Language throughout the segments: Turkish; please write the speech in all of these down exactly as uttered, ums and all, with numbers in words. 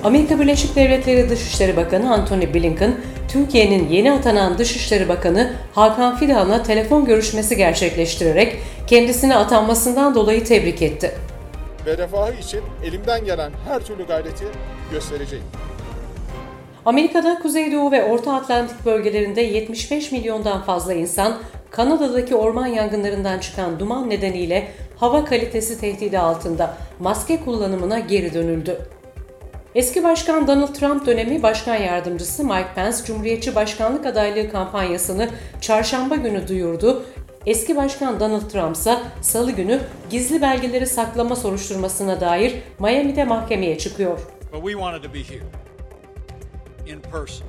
Amerika Birleşik Devletleri Dışişleri Bakanı Antony Blinken, Türkiye'nin yeni atanan Dışişleri Bakanı Hakan Fidan'la telefon görüşmesi gerçekleştirerek kendisine atanmasından dolayı tebrik etti. Ve refahı için elimden gelen her türlü gayreti göstereceğim. Amerika'da Kuzeydoğu ve Orta Atlantik bölgelerinde yetmiş beş milyondan fazla insan, Kanada'daki orman yangınlarından çıkan duman nedeniyle hava kalitesi tehdidi altında maske kullanımına geri dönüldü. Eski Başkan Donald Trump dönemi Başkan Yardımcısı Mike Pence, Cumhuriyetçi Başkanlık adaylığı kampanyasını çarşamba günü duyurdu. Eski Başkan Donald Trump ise Salı günü gizli belgeleri saklama soruşturmasına dair Miami'de mahkemeye çıkıyor. But we wanted to be here, in person,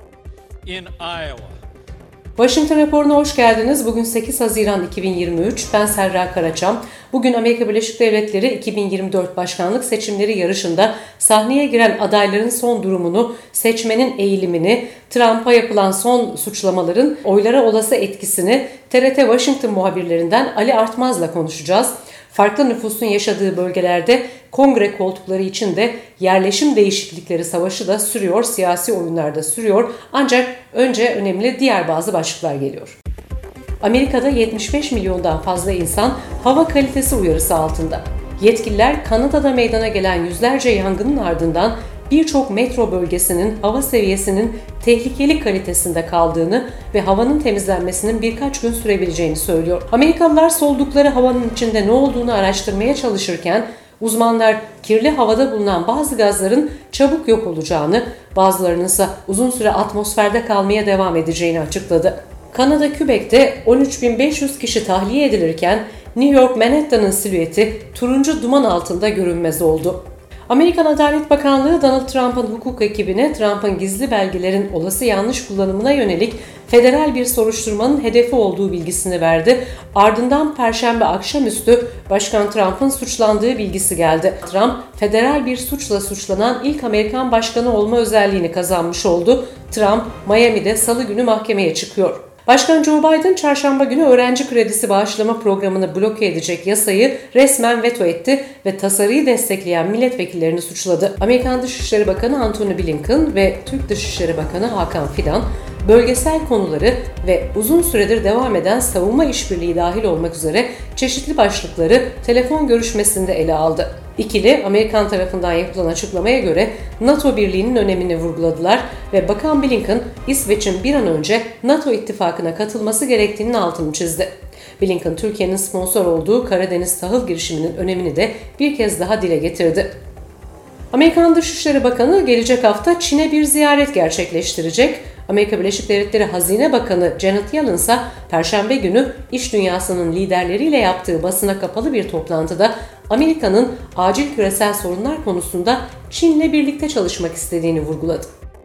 in Iowa. Washington raporuna hoş geldiniz. Bugün sekiz Haziran iki bin yirmi üç. Ben Serra Karaçam. Bugün Amerika Birleşik Devletleri iki bin yirmi dört başkanlık seçimleri yarışında sahneye giren adayların son durumunu, seçmenin eğilimini, Trump'a yapılan son suçlamaların oylara olası etkisini T R T Washington muhabirlerinden Ali Artmaz'la konuşacağız. Farklı nüfusun yaşadığı bölgelerde kongre koltukları için de yerleşim değişiklikleri savaşı da sürüyor, siyasi oyunlar da sürüyor. Ancak önce önemli diğer bazı başlıklar geliyor. Amerika'da yetmiş beş milyondan fazla insan hava kalitesi uyarısı altında. Yetkililer Kanada'da meydana gelen yüzlerce yangının ardından birçok metro bölgesinin hava seviyesinin tehlikeli kalitesinde kaldığını ve havanın temizlenmesinin birkaç gün sürebileceğini söylüyor. Amerikalılar soldukları havanın içinde ne olduğunu araştırmaya çalışırken uzmanlar kirli havada bulunan bazı gazların çabuk yok olacağını, bazılarının ise uzun süre atmosferde kalmaya devam edeceğini açıkladı. Kanada Quebec'te on üç bin beş yüz kişi tahliye edilirken New York Manhattan'ın silüeti turuncu duman altında görünmez oldu. Amerikan Adalet Bakanlığı Donald Trump'ın hukuk ekibine Trump'ın gizli belgelerin olası yanlış kullanımına yönelik federal bir soruşturmanın hedefi olduğu bilgisini verdi. Ardından Perşembe akşamüstü Başkan Trump'ın suçlandığı bilgisi geldi. Trump, federal bir suçla suçlanan ilk Amerikan başkanı olma özelliğini kazanmış oldu. Trump, Miami'de Salı günü mahkemeye çıkıyor. Başkan Joe Biden çarşamba günü öğrenci kredisi bağışlama programını bloke edecek yasayı resmen veto etti ve tasarıyı destekleyen milletvekillerini suçladı. Amerikan Dışişleri Bakanı Antony Blinken ve Türk Dışişleri Bakanı Hakan Fidan, bölgesel konuları ve uzun süredir devam eden savunma işbirliği dahil olmak üzere çeşitli başlıkları telefon görüşmesinde ele aldı. İkili, Amerikan tarafından yapılan açıklamaya göre NATO birliğinin önemini vurguladılar ve Bakan Blinken, İsveç'in bir an önce NATO ittifakına katılması gerektiğinin altını çizdi. Blinken, Türkiye'nin sponsor olduğu Karadeniz tahıl girişiminin önemini de bir kez daha dile getirdi. Amerikan Dışişleri Bakanı gelecek hafta Çin'e bir ziyaret gerçekleştirecek. Amerika Birleşik Devletleri Hazine Bakanı Janet Yellen ise Perşembe günü iş dünyasının liderleriyle yaptığı basına kapalı bir toplantıda Amerika'nın acil küresel sorunlar konusunda Çin'le birlikte çalışmak istediğini vurguladı.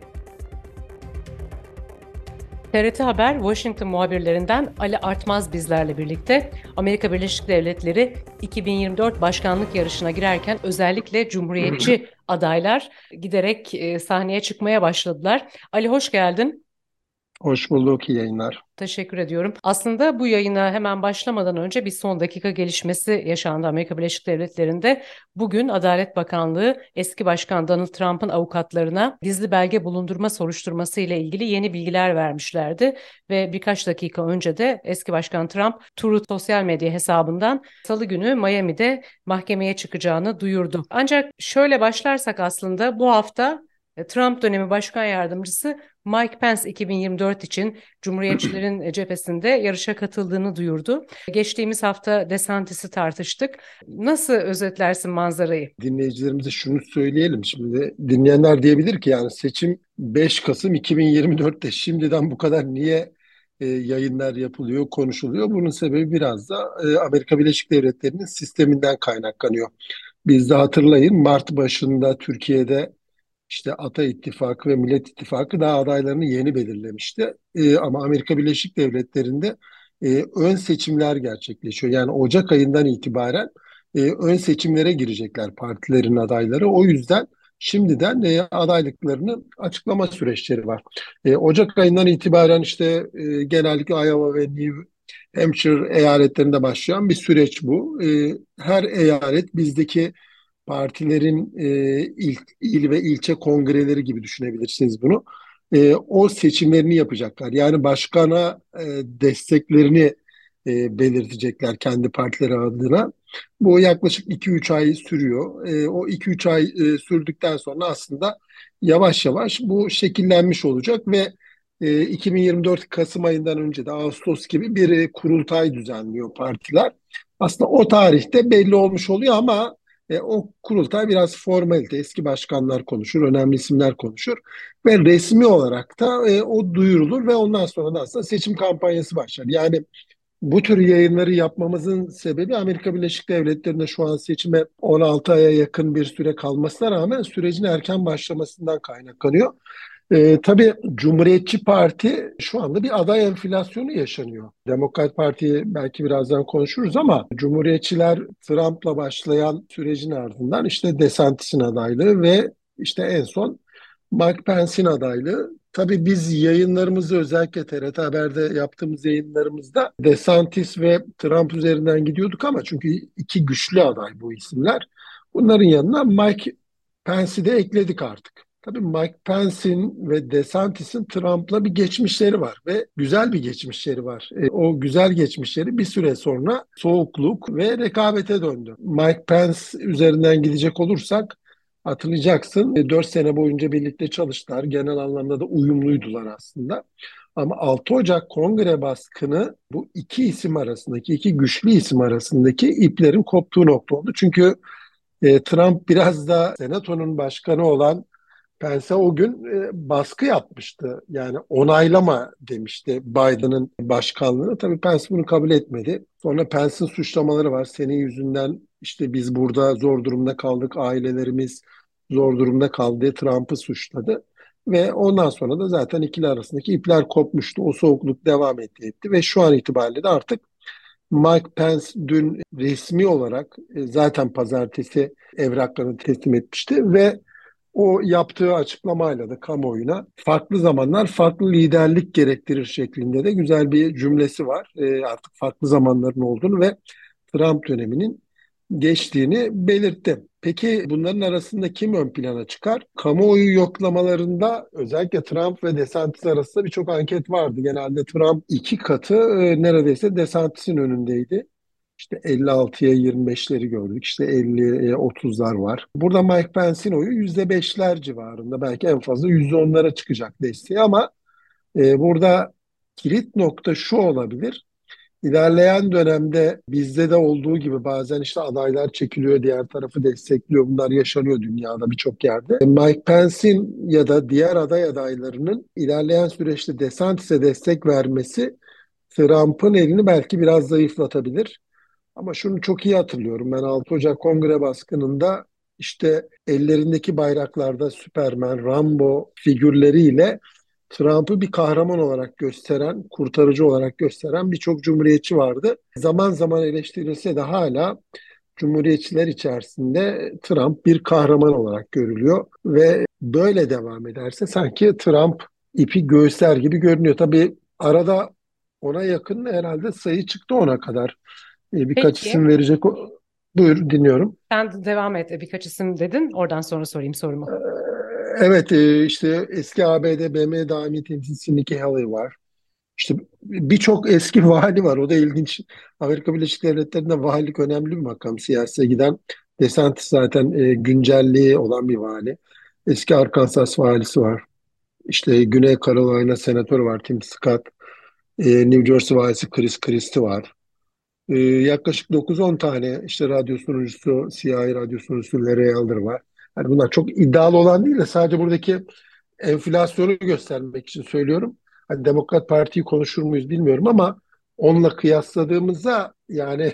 T R T Haber Washington muhabirlerinden Ali Artmaz bizlerle birlikte. Amerika Birleşik Devletleri iki bin yirmi dört başkanlık yarışına girerken özellikle Cumhuriyetçi adaylar giderek sahneye çıkmaya başladılar. Ali, hoş geldin. Hoş bulduk, iyi yayınlar. Teşekkür ediyorum. Aslında bu yayına hemen başlamadan önce bir son dakika gelişmesi yaşandı Amerika Birleşik Devletleri'nde. Bugün Adalet Bakanlığı eski Başkan Donald Trump'ın avukatlarına gizli belge bulundurma soruşturması ile ilgili yeni bilgiler vermişlerdi. Ve birkaç dakika önce de eski Başkan Trump Truth sosyal medya hesabından Salı günü Miami'de mahkemeye çıkacağını duyurdu. Ancak şöyle başlarsak aslında bu hafta Trump dönemi Başkan Yardımcısı Mike Pence iki bin yirmi dört için Cumhuriyetçilerin cephesinde yarışa katıldığını duyurdu. Geçtiğimiz hafta DeSantis'i tartıştık. Nasıl özetlersin manzarayı? Dinleyicilerimize şunu söyleyelim. Şimdi dinleyenler diyebilir ki yani seçim beş Kasım iki bin yirmi dörtte şimdiden bu kadar niye e, yayınlar yapılıyor, konuşuluyor? Bunun sebebi biraz da e, Amerika Birleşik Devletleri'nin sisteminden kaynaklanıyor. Biz de hatırlayın, Mart başında Türkiye'de İşte Ata İttifakı ve Millet İttifakı daha adaylarını yeni belirlemişti. Ee, ama Amerika Birleşik Devletleri'nde e, ön seçimler gerçekleşiyor. Yani Ocak ayından itibaren e, ön seçimlere girecekler partilerin adayları. O yüzden şimdiden e, adaylıklarını açıklama süreçleri var. E, Ocak ayından itibaren işte e, genellikle Iowa ve New Hampshire eyaletlerinde başlayan bir süreç bu. E, her eyalet bizdeki partilerin e, il, il ve ilçe kongreleri gibi düşünebilirsiniz bunu. E, o seçimlerini yapacaklar. Yani başkana e, desteklerini e, belirtecekler kendi partileri adına. Bu yaklaşık iki üç ay sürüyor. E, o iki üç ay e, sürdükten sonra aslında yavaş yavaş bu şekillenmiş olacak ve e, iki bin yirmi dört Kasım ayından önce de Ağustos gibi bir e, kurultay düzenliyor partiler. Aslında o tarihte belli olmuş oluyor ama e, o kurultay biraz formalite. Eski başkanlar konuşur, önemli isimler konuşur ve resmi olarak da e, o duyurulur ve ondan sonra da aslında seçim kampanyası başlar. Yani bu tür yayınları yapmamızın sebebi Amerika Birleşik Devletleri'nde şu an seçime on altı aya yakın bir süre kalmasına rağmen sürecin erken başlamasından kaynaklanıyor. Ee, tabii Cumhuriyetçi Parti şu anda bir aday enflasyonu yaşanıyor. Demokrat Parti'yi belki birazdan konuşuruz ama Cumhuriyetçiler Trump'la başlayan sürecin ardından işte DeSantis'in adaylığı ve işte en son Mike Pence'in adaylığı. Tabii biz yayınlarımızı özellikle T R T Haber'de yaptığımız yayınlarımızda DeSantis ve Trump üzerinden gidiyorduk ama çünkü iki güçlü aday bu isimler. Bunların yanına Mike Pence'i de ekledik artık. Tabii Mike Pence'in ve DeSantis'in Trump'la bir geçmişleri var ve güzel bir geçmişleri var. E, o güzel geçmişleri bir süre sonra soğukluk ve rekabete döndü. Mike Pence üzerinden gidecek olursak hatırlayacaksın e, dört sene boyunca birlikte çalıştılar. Genel anlamda da uyumluydular aslında. Ama altı Ocak Kongre baskını bu iki isim arasındaki, iki güçlü isim arasındaki iplerin koptuğu nokta oldu. Çünkü e, Trump biraz da Senato'nun başkanı olan Pence o gün e, baskı yapmıştı. Yani onaylama demişti Biden'ın başkanlığını. Tabii Pence bunu kabul etmedi. Sonra Pence'in suçlamaları var. Senin yüzünden işte biz burada zor durumda kaldık, ailelerimiz zor durumda kaldı diye Trump'ı suçladı. Ve ondan sonra da zaten ikili arasındaki ipler kopmuştu. O soğukluk devam etti etti ve şu an itibariyle de artık Mike Pence dün resmi olarak e, zaten pazartesi evraklarını teslim etmişti ve o yaptığı açıklamayla da kamuoyuna farklı zamanlar farklı liderlik gerektirir şeklinde de güzel bir cümlesi var. E, artık farklı zamanların olduğunu ve Trump döneminin geçtiğini belirtti. Peki bunların arasında kim ön plana çıkar? Kamuoyu yoklamalarında özellikle Trump ve DeSantis arasında birçok anket vardı. Genelde Trump iki katı e, neredeyse DeSantis'in önündeydi. İşte elli altıya yirmi beşleri gördük. İşte elliye otuzlar var. Burada Mike Pence'in oyu yüzde beşler civarında. Belki en fazla yüzde onlara çıkacak desteği ama e, burada kilit nokta şu olabilir. İlerleyen dönemde bizde de olduğu gibi bazen işte adaylar çekiliyor, diğer tarafı destekliyor. Bunlar yaşanıyor dünyada birçok yerde. Mike Pence'in ya da diğer aday adaylarının ilerleyen süreçte DeSantis'e destek vermesi Trump'ın elini belki biraz zayıflatabilir. Ama şunu çok iyi hatırlıyorum. Ben altı Ocak Kongre baskınında işte ellerindeki bayraklarda Superman, Rambo figürleriyle Trump'ı bir kahraman olarak gösteren, kurtarıcı olarak gösteren birçok cumhuriyetçi vardı. Zaman zaman eleştirilse de hala cumhuriyetçiler içerisinde Trump bir kahraman olarak görülüyor ve böyle devam ederse sanki Trump ipi göğüsler gibi görünüyor. Tabii arada ona yakın herhalde sayı çıktı ona kadar. E, birkaç isim Peki, verecek. o- Buyur dinliyorum. sen de devam et. Birkaç isim dedin. Oradan sonra sorayım sorumu. Evet e, işte eski A B D B M daimi temsilcisi Nikki Haley var. İşte birçok eski vali var. O da ilginç. Amerika Birleşik Devletleri'nde valilik önemli bir makam siyasete giden. DeSantis zaten e, güncelliği olan bir vali. Eski Arkansas valisi var. İşte Güney Carolina senatörü var Tim Scott. E, New Jersey valisi Chris Christie var. Ee, yaklaşık dokuz on tane işte radyo sunucusu, siyahi radyo sunucusu Larry Elder var. Yani bunlar çok iddialı olan değil de sadece buradaki enflasyonu göstermek için söylüyorum. Hani Demokrat Parti'yi konuşur muyuz bilmiyorum ama onunla kıyasladığımızda yani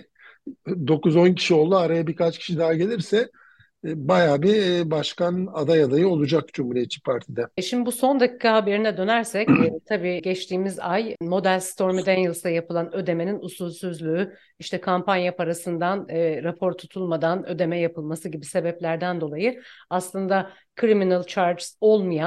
dokuz on kişi oldu araya birkaç kişi daha gelirse e, bayağı bir e, başkan aday adayı olacak Cumhuriyetçi Parti'de. E Şimdi bu son dakika haberine dönersek, e, tabii geçtiğimiz ay Model Stormy Daniels'la yapılan ödemenin usulsüzlüğü, işte kampanya parasından e, rapor tutulmadan ödeme yapılması gibi sebeplerden dolayı aslında criminal charges olmayan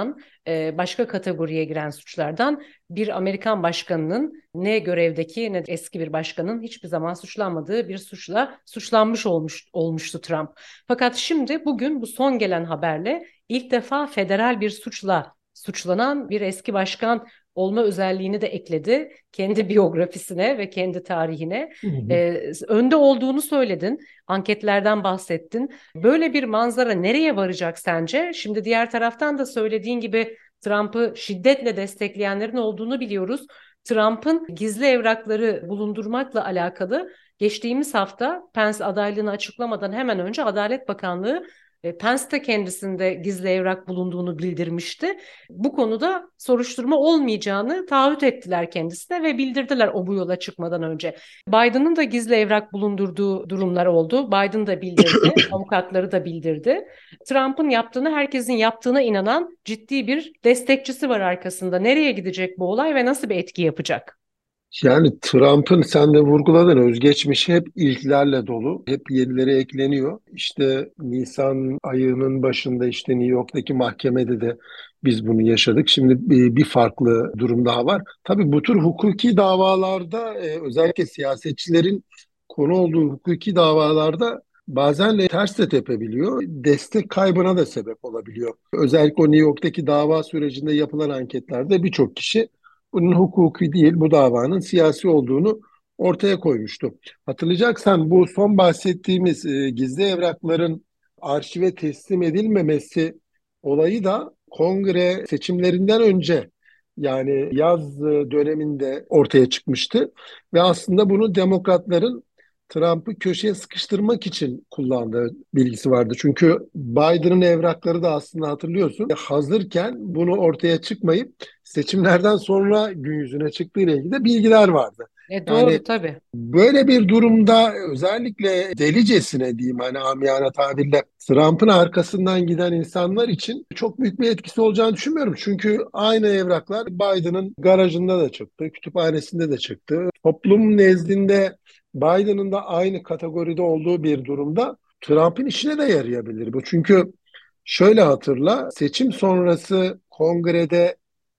e, başka kategoriye giren suçlardan bir Amerikan başkanının ne görevdeki ne de eski bir başkanın hiçbir zaman suçlanmadığı bir suçla suçlanmış olmuş olmuştu Trump. Fakat şimdi bugün bu son gelen haberle ilk defa federal bir suçla suçlanan bir eski başkan olma özelliğini de ekledi kendi biyografisine ve kendi tarihine. Hı hı. Ee, önde olduğunu söyledin, anketlerden bahsettin. Böyle bir manzara nereye varacak sence? Şimdi diğer taraftan da söylediğin gibi Trump'ı şiddetle destekleyenlerin olduğunu biliyoruz. Trump'ın gizli evrakları bulundurmakla alakalı geçtiğimiz hafta Pence adaylığını açıklamadan hemen önce Adalet Bakanlığı Pence de kendisinde gizli evrak bulunduğunu bildirmişti. Bu konuda soruşturma olmayacağını taahhüt ettiler kendisine ve bildirdiler o bu yola çıkmadan önce. Biden'ın da gizli evrak bulundurduğu durumlar oldu. Biden da bildirdi, avukatları da bildirdi. Trump'ın yaptığını, herkesin yaptığına inanan ciddi bir destekçisi var arkasında. Nereye gidecek bu olay ve nasıl bir etki yapacak? Yani Trump'ın sen de vurguladın özgeçmişi hep ilklerle dolu. Hep yenileri ekleniyor. İşte Nisan ayının başında işte New York'taki mahkemede de biz bunu yaşadık. Şimdi bir, bir farklı durum daha var. Tabii bu tür hukuki davalarda e, özellikle siyasetçilerin konu olduğu hukuki davalarda bazen de ters de tepebiliyor. Destek kaybına da sebep olabiliyor. Özellikle o New York'taki dava sürecinde yapılan anketlerde birçok kişi bunun hukuki değil, bu davanın siyasi olduğunu ortaya koymuştu. Hatırlayacaksan bu son bahsettiğimiz e, gizli evrakların arşive teslim edilmemesi olayı da kongre seçimlerinden önce yani yaz e, döneminde ortaya çıkmıştı ve aslında bunu demokratların Trump'ı köşeye sıkıştırmak için kullandığı bilgisi vardı. Çünkü Biden'ın evrakları da aslında hatırlıyorsun hazırken bunu ortaya çıkmayıp seçimlerden sonra gün yüzüne çıktığı ile ilgili de bilgiler vardı. E Yani doğru tabii. böyle bir durumda özellikle delicesine diyeyim hani amiyane tabirle Trump'ın arkasından giden insanlar için çok büyük bir etkisi olacağını düşünmüyorum. Çünkü aynı evraklar Biden'ın garajında da çıktı, kütüphanesinde de çıktı. Toplum nezdinde Biden'ın da aynı kategoride olduğu bir durumda Trump'ın işine de yarayabilir bu. Çünkü şöyle hatırla, seçim sonrası kongrede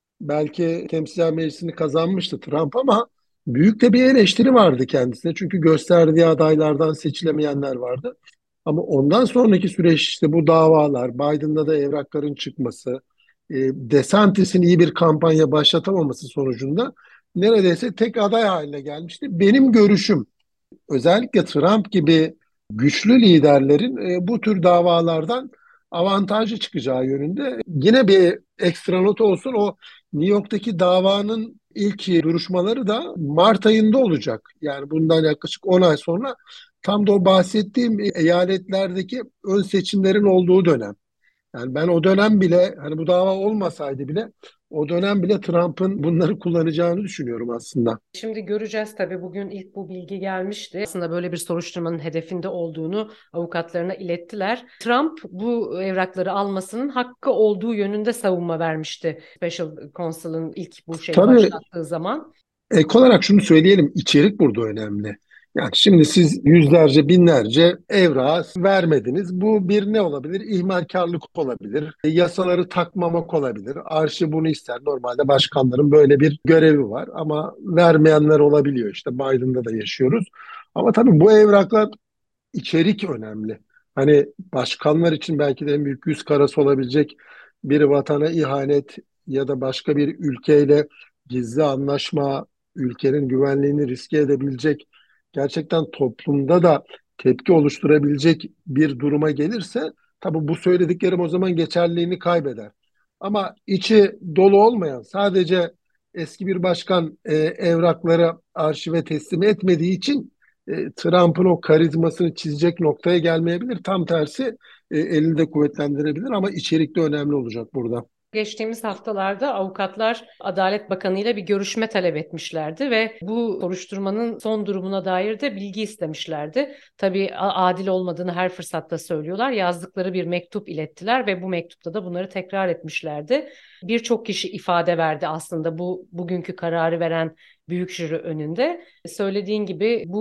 belki Temsilciler Meclisi'ni kazanmıştı Trump ama büyük de bir eleştiri vardı kendisine. Çünkü gösterdiği adaylardan seçilemeyenler vardı. Ama ondan sonraki süreç işte bu davalar, Biden'da da evrakların çıkması, e, DeSantis'in iyi bir kampanya başlatamaması sonucunda neredeyse tek aday haline gelmişti. Benim görüşüm özellikle Trump gibi güçlü liderlerin e, bu tür davalardan avantajlı çıkacağı yönünde. Yine bir ekstra not olsun o New York'taki davanın ilk duruşmaları da Mart ayında olacak. Yani bundan yaklaşık on ay sonra tam da o bahsettiğim eyaletlerdeki ön seçimlerin olduğu dönem. Yani ben o dönem bile hani bu dava olmasaydı bile o dönem bile Trump'ın bunları kullanacağını düşünüyorum aslında. Şimdi göreceğiz tabii bugün ilk bu bilgi gelmişti. Aslında böyle bir soruşturmanın hedefinde olduğunu avukatlarına ilettiler. Trump bu evrakları almasının hakkı olduğu yönünde savunma vermişti. Special Counsel'ın ilk bu şeyi Tabii başlattığı zaman. ek olarak şunu söyleyelim, içerik burada önemli. Yani şimdi siz yüzlerce, binlerce evrağı vermediniz. Bu bir ne olabilir? İhmalkarlık olabilir. Yasaları takmamak olabilir. Arşiv bunu ister. Normalde başkanların böyle bir görevi var ama vermeyenler olabiliyor. İşte Biden'da da yaşıyoruz. Ama tabii bu evraklar içerik önemli. Hani başkanlar için belki de en büyük yüz karası olabilecek bir vatana ihanet ya da başka bir ülkeyle gizli anlaşma, ülkenin güvenliğini riske edebilecek, gerçekten toplumda da tepki oluşturabilecek bir duruma gelirse tabii bu söylediklerim o zaman geçerliliğini kaybeder. Ama içi dolu olmayan, sadece eski bir başkan e, evrakları arşive teslim etmediği için e, Trump'ın o karizmasını çizecek noktaya gelmeyebilir. Tam tersi e, elini de kuvvetlendirebilir ama içerik de önemli olacak burada. Geçtiğimiz haftalarda avukatlar Adalet Bakanı ile bir görüşme talep etmişlerdi ve bu soruşturmanın son durumuna dair de bilgi istemişlerdi. Tabii adil olmadığını her fırsatta söylüyorlar. Yazdıkları bir mektup ilettiler ve bu mektupta da bunları tekrar etmişlerdi. Birçok kişi ifade verdi aslında bu bugünkü kararı veren büyük jüri önünde. Söylediğin gibi bu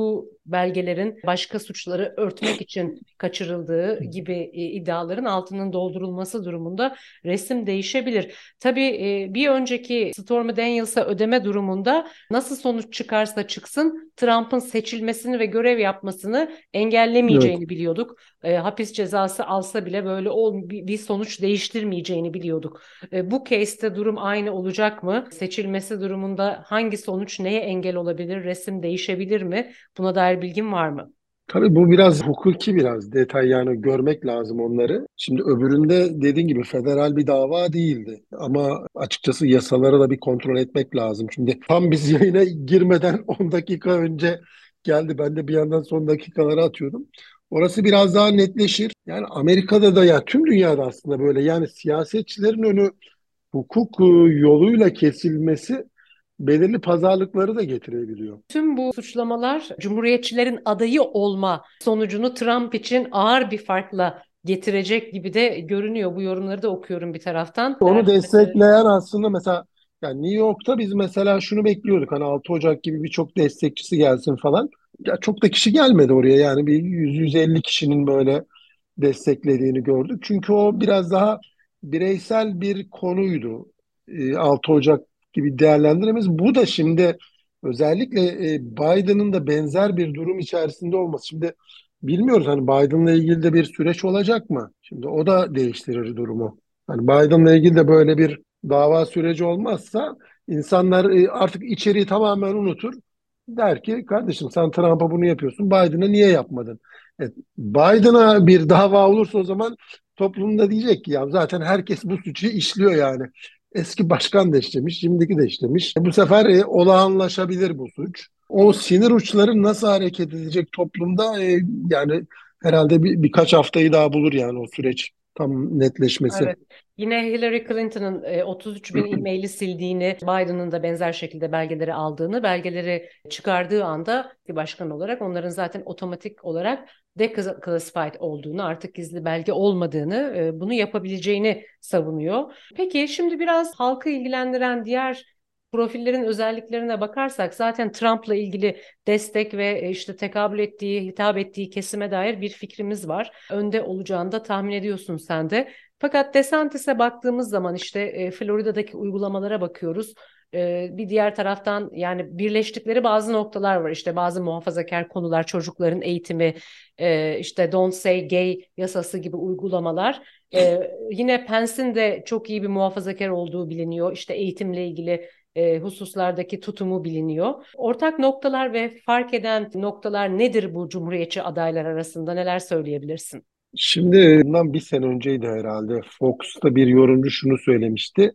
belgelerin başka suçları örtmek için kaçırıldığı gibi e, iddiaların altının doldurulması durumunda resim değişebilir. Tabii e, bir önceki Stormy Daniels'a ödeme durumunda nasıl sonuç çıkarsa çıksın Trump'ın seçilmesini ve görev yapmasını Evet. engellemeyeceğini biliyorduk. E, hapis cezası alsa bile böyle ol, bir, bir sonuç değiştirmeyeceğini biliyorduk. E, bu case'te durum aynı olacak mı? Seçilmesi durumunda hangi sonuç neye engel olabilir? Resim değişebilir mi? Buna dair bilgin var mı? Tabii bu biraz hukuki biraz detay yani görmek lazım onları. Şimdi öbüründe dediğin gibi federal bir dava değildi. Ama açıkçası yasaları da bir kontrol etmek lazım. Şimdi tam biz yayına girmeden on dakika önce geldi. Ben de bir yandan son dakikaları atıyordum. Orası biraz daha netleşir. Yani Amerika'da da ya tüm dünyada aslında böyle yani siyasetçilerin önü hukuk e, yoluyla kesilmesi belirli pazarlıkları da getirebiliyor. Tüm bu suçlamalar Cumhuriyetçilerin adayı olma sonucunu Trump için ağır bir farkla getirecek gibi de görünüyor. Bu yorumları da okuyorum bir taraftan. Onu Ertesi destekleyen aslında mesela yani New York'ta biz mesela şunu bekliyorduk hani altı Ocak gibi birçok destekçisi gelsin falan. Ya çok da kişi gelmedi oraya yani bir yüz yüz elli kişinin böyle desteklediğini gördük. Çünkü o biraz daha bireysel bir konuydu. E, altı Ocak gibi değerlendiremez. Bu da şimdi özellikle e, Biden'ın da benzer bir durum içerisinde olması. Şimdi bilmiyoruz hani Biden'la ilgili de bir süreç olacak mı? Şimdi o da değiştirir durumu. Hani Biden'la ilgili de böyle bir dava süreci olmazsa insanlar e, artık içeriği tamamen unutur. Der ki kardeşim sen Trump'a bunu yapıyorsun. Biden'a niye yapmadın? Evet, Biden'a bir dava olursa o zaman toplumda diyecek ki ya zaten herkes bu suçu işliyor yani. Eski başkan da işlemiş, şimdiki de işlemiş. Bu sefer e, olağanlaşabilir bu suç. O sinir uçları nasıl hareket edecek toplumda e, yani herhalde bir, birkaç haftayı daha bulur yani o süreç tam netleşmesi. Evet. Yine Hillary Clinton'ın e, otuz üç bin e-maili sildiğini, Biden'ın da benzer şekilde belgeleri aldığını, belgeleri çıkardığı anda bir başkan olarak onların zaten otomatik olarak declassified olduğunu, artık gizli belge olmadığını, e, bunu yapabileceğini savunuyor. Peki şimdi biraz halkı ilgilendiren diğer profillerin özelliklerine bakarsak zaten Trump'la ilgili destek ve e, işte tekabül ettiği, hitap ettiği kesime dair bir fikrimiz var. Önde olacağını da tahmin ediyorsun sen de. Fakat DeSantis'e baktığımız zaman işte e, Florida'daki uygulamalara bakıyoruz. E, bir diğer taraftan yani birleştikleri bazı noktalar var. İşte bazı muhafazakar konular, çocukların eğitimi, e, işte Don't Say Gay yasası gibi uygulamalar. E, yine Pence'in de çok iyi bir muhafazakar olduğu biliniyor. İşte eğitimle ilgili e, hususlardaki tutumu biliniyor. Ortak noktalar ve fark eden noktalar nedir bu cumhuriyetçi adaylar arasında? Neler söyleyebilirsin? Şimdi bundan bir sene önceydi herhalde. Fox'ta bir yorumcu şunu söylemişti.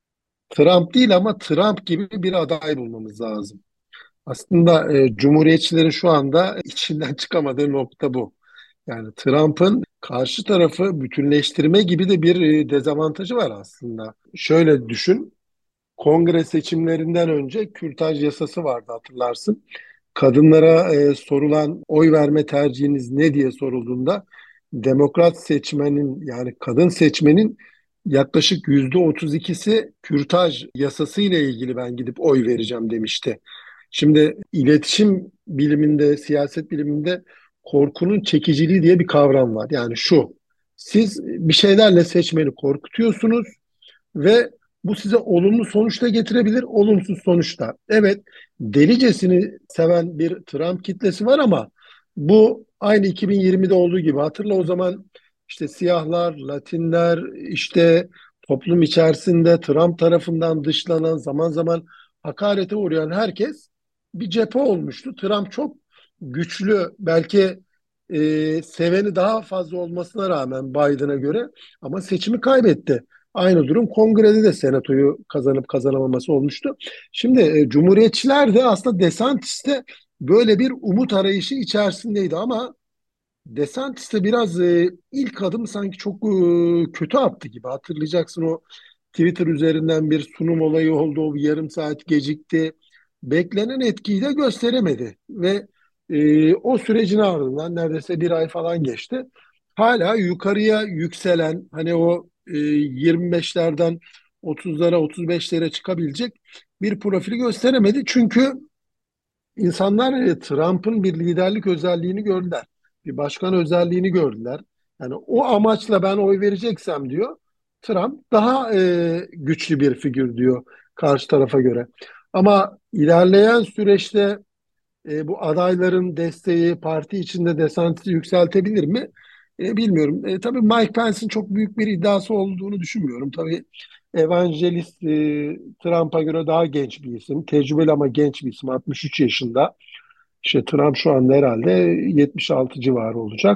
Trump değil ama Trump gibi bir aday bulmamız lazım. Aslında e, Cumhuriyetçilerin şu anda içinden çıkamadığı nokta bu. Yani Trump'ın karşı tarafı bütünleştirme gibi de bir e, dezavantajı var aslında. Şöyle düşün, Kongre seçimlerinden önce kürtaj yasası vardı hatırlarsın. Kadınlara e, sorulan oy verme tercihiniz ne diye sorulduğunda demokrat seçmenin yani kadın seçmenin yaklaşık yüzde otuz ikisi kürtaj yasası ile ilgili ben gidip oy vereceğim demişti. Şimdi iletişim biliminde, siyaset biliminde korkunun çekiciliği diye bir kavram var. Yani şu, siz bir şeylerle seçmeni korkutuyorsunuz ve bu size olumlu sonuç da getirebilir, olumsuz sonuç da. Evet, delicesini seven bir Trump kitlesi var ama bu aynı iki bin yirmide olduğu gibi. Hatırla o zaman işte siyahlar, Latinler, işte toplum içerisinde Trump tarafından dışlanan, zaman zaman hakarete uğrayan herkes bir cephe olmuştu. Trump çok güçlü, belki e, seveni daha fazla olmasına rağmen Biden'a göre ama seçimi kaybetti. Aynı durum kongrede de senatoyu kazanıp kazanamaması olmuştu. Şimdi e, Cumhuriyetçiler de aslında DeSantis de böyle bir umut arayışı içerisindeydi ama DeSantis de biraz e, ilk adım sanki çok e, kötü attı gibi. Hatırlayacaksın o Twitter üzerinden bir sunum olayı oldu. O bir yarım saat gecikti. Beklenen etkiyi de gösteremedi ve e, o sürecin ardından neredeyse bir ay falan geçti. Hala yukarıya yükselen hani o e, yirmi beşlerden otuzlara otuz beşlere çıkabilecek bir profili gösteremedi. Çünkü insanlar e, Trump'ın bir liderlik özelliğini gördüler. Bir başkan özelliğini gördüler. Yani o amaçla ben oy vereceksem diyor, Trump daha e, güçlü bir figür diyor karşı tarafa göre. Ama ilerleyen süreçte e, bu adayların desteği parti içinde DeSantis'i yükseltebilir mi? E, bilmiyorum. E, tabii Mike Pence'in çok büyük bir iddiası olduğunu düşünmüyorum. Tabii evangelist e, Trump'a göre daha genç bir isim. Tecrübeli ama genç bir isim. altmış üç yaşında. İşte Trump şu anda herhalde yetmiş altı civarı olacak.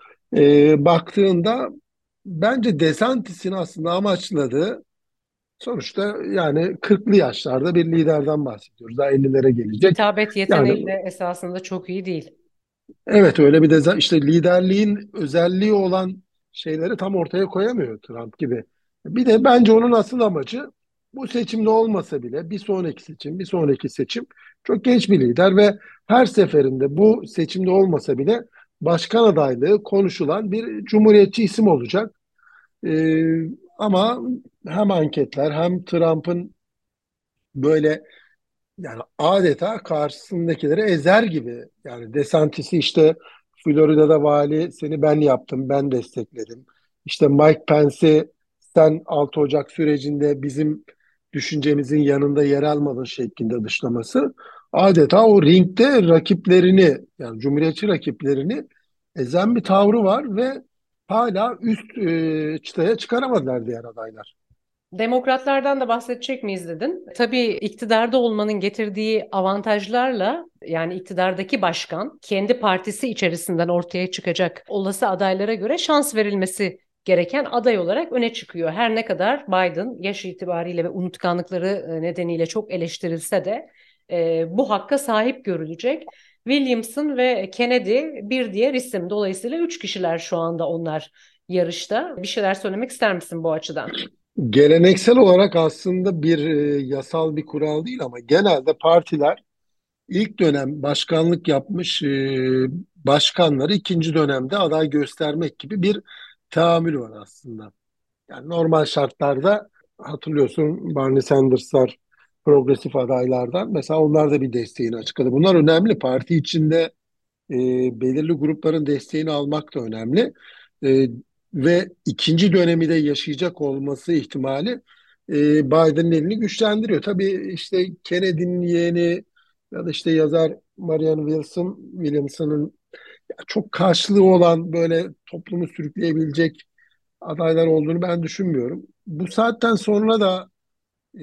E, baktığında bence DeSantis'in aslında amaçladığı sonuçta yani kırklı yaşlarda bir liderden bahsediyoruz. Daha ellilere gelecek. Hitabet Yani yeteneği de esasında çok iyi değil. evet, öyle bir de işte liderliğin özelliği olan şeyleri tam ortaya koyamıyor Trump gibi. Bir de bence onun asıl amacı bu seçimde olmasa bile bir sonraki seçim, bir sonraki seçim çok genç bir lider ve her seferinde bu seçimde olmasa bile başkan adaylığı konuşulan bir cumhuriyetçi isim olacak. Ee, ama hem anketler hem Trump'ın böyle yani adeta karşısındakileri ezer gibi. Yani DeSantis'i işte Florida'da vali seni ben yaptım, ben destekledim. İşte Mike Pence'i sen altı Ocak sürecinde bizim düşüncemizin yanında yer almadın şeklinde dışlaması. Adeta o ringde rakiplerini yani Cumhuriyetçi rakiplerini ezen bir tavrı var ve hala üst e, çıtaya çıkaramadılar diğer adaylar. Demokratlardan da bahsedecek miyiz dedin. Tabii iktidarda olmanın getirdiği avantajlarla yani iktidardaki başkan kendi partisi içerisinden ortaya çıkacak olası adaylara göre şans verilmesi gereken aday olarak öne çıkıyor. Her ne kadar Biden yaş itibariyle ve unutkanlıkları e, nedeniyle çok eleştirilse de e, bu hakka sahip görülecek. Williamson ve Kennedy bir diğer isim. Dolayısıyla üç kişiler şu anda onlar yarışta. Bir şeyler söylemek ister misin bu açıdan? Geleneksel olarak aslında bir e, yasal bir kural değil ama genelde partiler ilk dönem başkanlık yapmış e, başkanları ikinci dönemde aday göstermek gibi bir tahammül var aslında. Yani normal şartlarda hatırlıyorsun Bernie Sanders'lar progresif adaylardan mesela onlar da bir desteğini açıkladı. Bunlar önemli. Parti içinde e, belirli grupların desteğini almak da önemli. E, ve ikinci dönemi de yaşayacak olması ihtimali e, Biden'ın elini güçlendiriyor. Tabii işte Kennedy'nin yeğeni ya da işte yazar Marianne Wilson, Williamson'ın çok karşılığı olan böyle toplumu sürükleyebilecek adaylar olduğunu ben düşünmüyorum. Bu saatten sonra da e,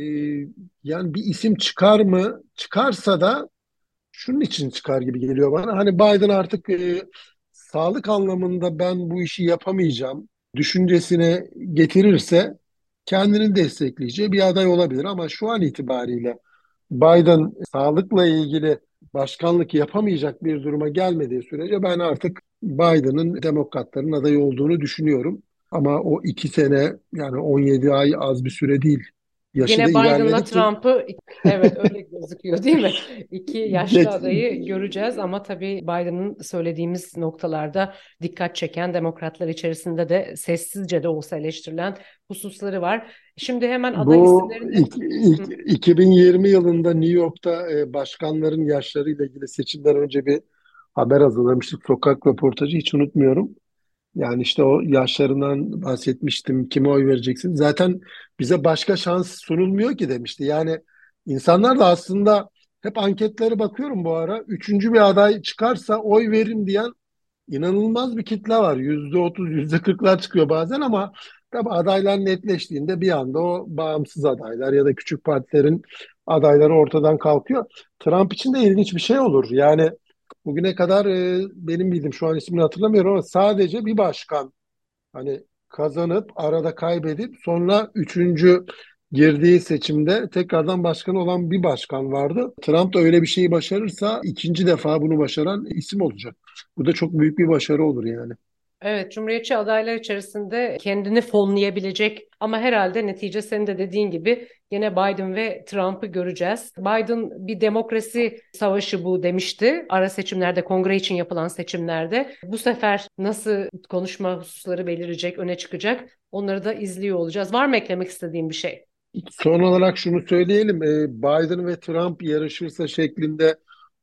yani bir isim çıkar mı? Çıkarsa da şunun için çıkar gibi geliyor bana. Hani Biden artık e, sağlık anlamında ben bu işi yapamayacağım düşüncesine getirirse kendini destekleyeceği bir aday olabilir. Ama şu an itibariyle Biden sağlıkla ilgili başkanlık yapamayacak bir duruma gelmediği sürece ben artık Biden'ın demokratların adayı olduğunu düşünüyorum. Ama o iki sene yani on yedi ay az bir süre değil. Yaşı da Yine Biden'la ilerledikçe Trump'ı evet öyle gözüküyor değil mi? İki yaşlı geç, adayı göreceğiz ama tabii Biden'ın söylediğimiz noktalarda dikkat çeken demokratlar içerisinde de sessizce de olsa eleştirilen hususları var. Şimdi hemen aday Bu isimlerini ilk, ilk, iki bin yirmi yılında New York'ta e, başkanların yaşlarıyla ilgili seçimden önce bir haber hazırlamıştık. Sokak röportajı hiç unutmuyorum. Yani işte o yaşlarından bahsetmiştim. Kime oy vereceksin? Zaten bize başka şans sunulmuyor ki demişti. Yani insanlar da aslında hep anketlere bakıyorum bu ara. Üçüncü bir aday çıkarsa oy verin diyen İnanılmaz bir kitle var. Yüzde otuz, yüzde kırklar çıkıyor bazen ama tabii adaylar netleştiğinde bir anda o bağımsız adaylar ya da küçük partilerin adayları ortadan kalkıyor. Trump için de ilginç bir şey olur. Yani bugüne kadar e, benim bildiğim şu an ismini hatırlamıyorum ama sadece bir başkan hani kazanıp arada kaybedip sonra üçüncü girdiği seçimde tekrardan başkan olan bir başkan vardı. Trump da öyle bir şeyi başarırsa ikinci defa bunu başaran isim olacak. Bu da çok büyük bir başarı olur yani. Evet, Cumhuriyetçi adaylar içerisinde kendini fonlayabilecek ama herhalde netice senin de dediğin gibi yine Biden ve Trump'ı göreceğiz. Biden bir demokrasi savaşı bu demişti. Ara seçimlerde, kongre için yapılan seçimlerde. Bu sefer nasıl konuşma hususları belirecek, öne çıkacak onları da izliyor olacağız. Var mı eklemek istediğin bir şey? Son olarak şunu söyleyelim. e, Biden ve Trump yarışırsa şeklinde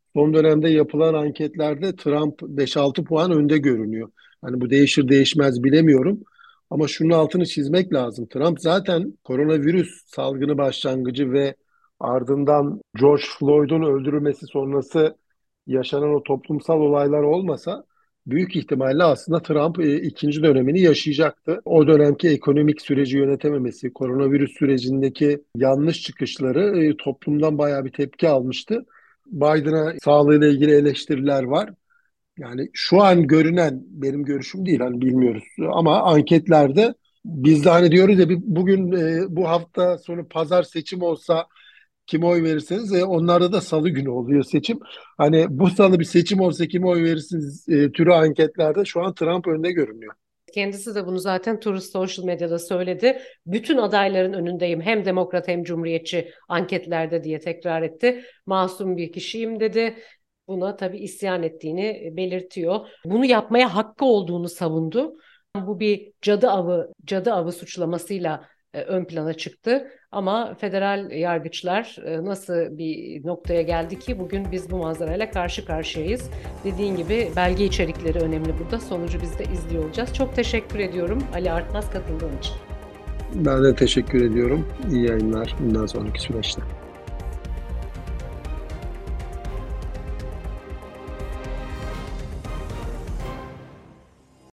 son dönemde yapılan anketlerde Trump beş altı puan önde görünüyor. Hani bu değişir değişmez bilemiyorum. Ama şunun altını çizmek lazım. Trump zaten koronavirüs salgını başlangıcı ve ardından George Floyd'un öldürülmesi sonrası yaşanan o toplumsal olaylar olmasa büyük ihtimalle aslında Trump e, ikinci dönemini yaşayacaktı. O dönemki ekonomik süreci yönetememesi, koronavirüs sürecindeki yanlış çıkışları e, toplumdan bayağı bir tepki almıştı. Biden'a sağlığıyla ilgili eleştiriler var. Yani şu an görünen, benim görüşüm değil, hani bilmiyoruz ama anketlerde biz de hani diyoruz ya, bir- bugün e, bu hafta sonu pazar seçim olsa kime oy verirseniz, e, onlarda da salı günü oluyor seçim. Hani bu salı bir seçim olsa kime oy verirsiniz e, türü anketlerde şu an Trump önde görünüyor. Kendisi de bunu zaten Turist Social Medya'da söyledi. Bütün adayların önündeyim, hem demokrat hem cumhuriyetçi anketlerde diye tekrar etti. Masum bir kişiyim dedi. Buna tabii isyan ettiğini belirtiyor. Bunu yapmaya hakkı olduğunu savundu. Bu bir cadı avı, cadı avı suçlamasıyla e, ön plana çıktı. Ama federal yargıçlar e, nasıl bir noktaya geldi ki bugün biz bu manzarayla karşı karşıyayız. Dediğin gibi belge içerikleri önemli burada. Sonucu biz de izliyor olacağız. Çok teşekkür ediyorum Ali Artmaz katıldığın için. Ben de teşekkür ediyorum. İyi yayınlar bundan sonraki süreçte.